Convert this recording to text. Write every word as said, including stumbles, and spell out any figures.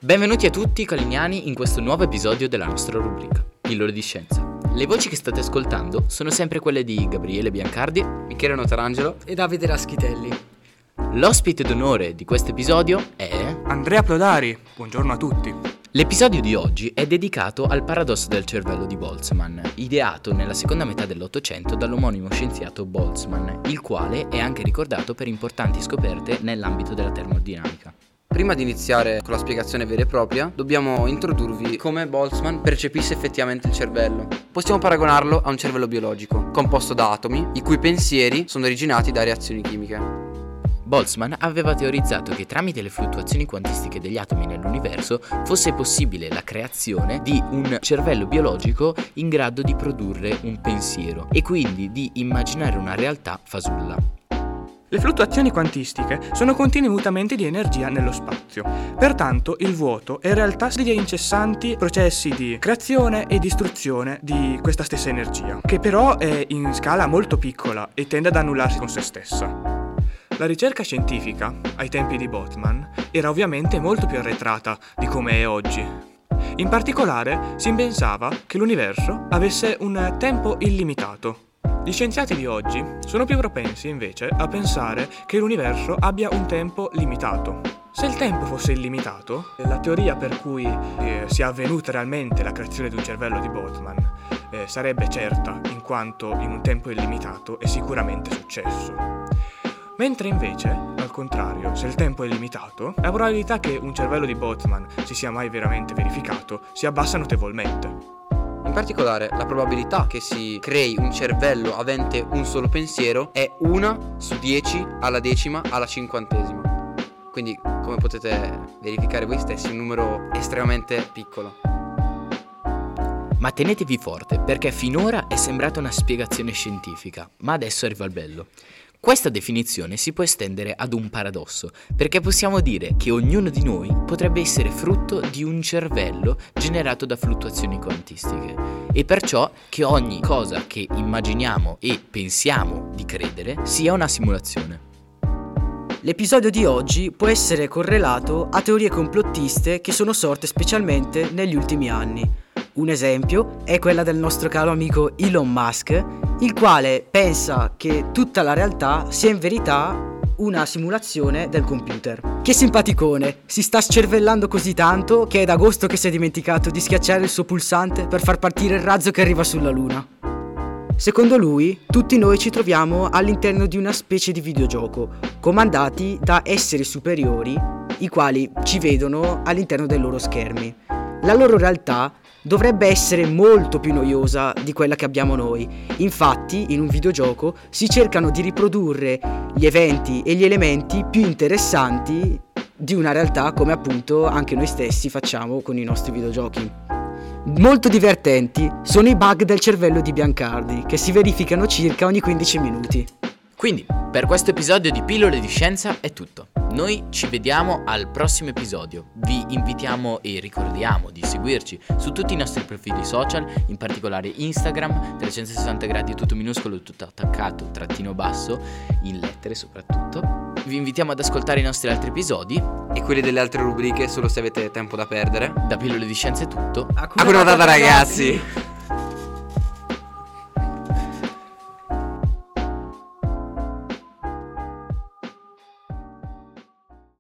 Benvenuti a tutti coliniani in questo nuovo episodio della nostra rubrica, Pillole di Scienza. Le voci che state ascoltando sono sempre quelle di Gabriele Biancardi, Michele Notarangelo e Davide Raschitelli. L'ospite d'onore di questo episodio è Andrea Plodari. Buongiorno a tutti. L'episodio di oggi è dedicato al paradosso del cervello di Boltzmann, ideato nella seconda metà dell'Ottocento dall'omonimo scienziato Boltzmann, il quale è anche ricordato per importanti scoperte nell'ambito della termodinamica. Prima di iniziare con la spiegazione vera e propria, dobbiamo introdurvi come Boltzmann percepisse effettivamente il cervello. Possiamo paragonarlo a un cervello biologico, composto da atomi, i cui pensieri sono originati da reazioni chimiche. Boltzmann aveva teorizzato che tramite le fluttuazioni quantistiche degli atomi nell'universo fosse possibile la creazione di un cervello biologico in grado di produrre un pensiero e quindi di immaginare una realtà fasulla. Le fluttuazioni quantistiche sono continui mutamenti di energia nello spazio. Pertanto il vuoto è in realtà degli incessanti processi di creazione e distruzione di questa stessa energia, che però è in scala molto piccola e tende ad annullarsi con se stessa. La ricerca scientifica, ai tempi di Boltzmann, era ovviamente molto più arretrata di come è oggi. In particolare, si pensava che l'universo avesse un tempo illimitato. Gli scienziati di oggi sono più propensi, invece, a pensare che l'universo abbia un tempo limitato. Se il tempo fosse illimitato, la teoria per cui eh, sia avvenuta realmente la creazione di un cervello di Boltzmann eh, sarebbe certa, in quanto in un tempo illimitato è sicuramente successo. Mentre invece, al contrario, se il tempo è limitato, la probabilità che un cervello di Boltzmann si sia mai veramente verificato si abbassa notevolmente. In particolare, la probabilità che si crei un cervello avente un solo pensiero è una su dieci alla decima alla cinquantesima. Quindi, come potete verificare voi stessi, è un numero estremamente piccolo. Ma tenetevi forte, perché finora è sembrata una spiegazione scientifica, ma adesso arriva il bello. Questa definizione si può estendere ad un paradosso, perché possiamo dire che ognuno di noi potrebbe essere frutto di un cervello generato da fluttuazioni quantistiche, e perciò che ogni cosa che immaginiamo e pensiamo di credere sia una simulazione. L'episodio di oggi può essere correlato a teorie complottiste che sono sorte specialmente negli ultimi anni. Un esempio è quella del nostro caro amico Elon Musk, il quale pensa che tutta la realtà sia in verità una simulazione del computer. Che simpaticone, si sta scervellando così tanto che è da agosto che si è dimenticato di schiacciare il suo pulsante per far partire il razzo che arriva sulla Luna. Secondo lui, tutti noi ci troviamo all'interno di una specie di videogioco, comandati da esseri superiori, i quali ci vedono all'interno dei loro schermi. La loro realtà dovrebbe essere molto più noiosa di quella che abbiamo noi. Infatti, in un videogioco si cercano di riprodurre gli eventi e gli elementi più interessanti di una realtà, come appunto anche noi stessi facciamo con i nostri videogiochi. Molto divertenti sono i bug del cervello di Biancardi, che si verificano circa ogni quindici minuti. Quindi, per questo episodio di Pillole di Scienza è tutto. Noi ci vediamo al prossimo episodio. Vi invitiamo e ricordiamo di seguirci su tutti i nostri profili social, in particolare Instagram, trecentosessanta gradi tutto minuscolo, tutto attaccato, trattino basso, in lettere soprattutto. Vi invitiamo ad ascoltare i nostri altri episodi E quelli delle altre rubriche solo se avete tempo da perdere. Da Pillole di Scienza è tutto. Hakuna Matata, ragazzi!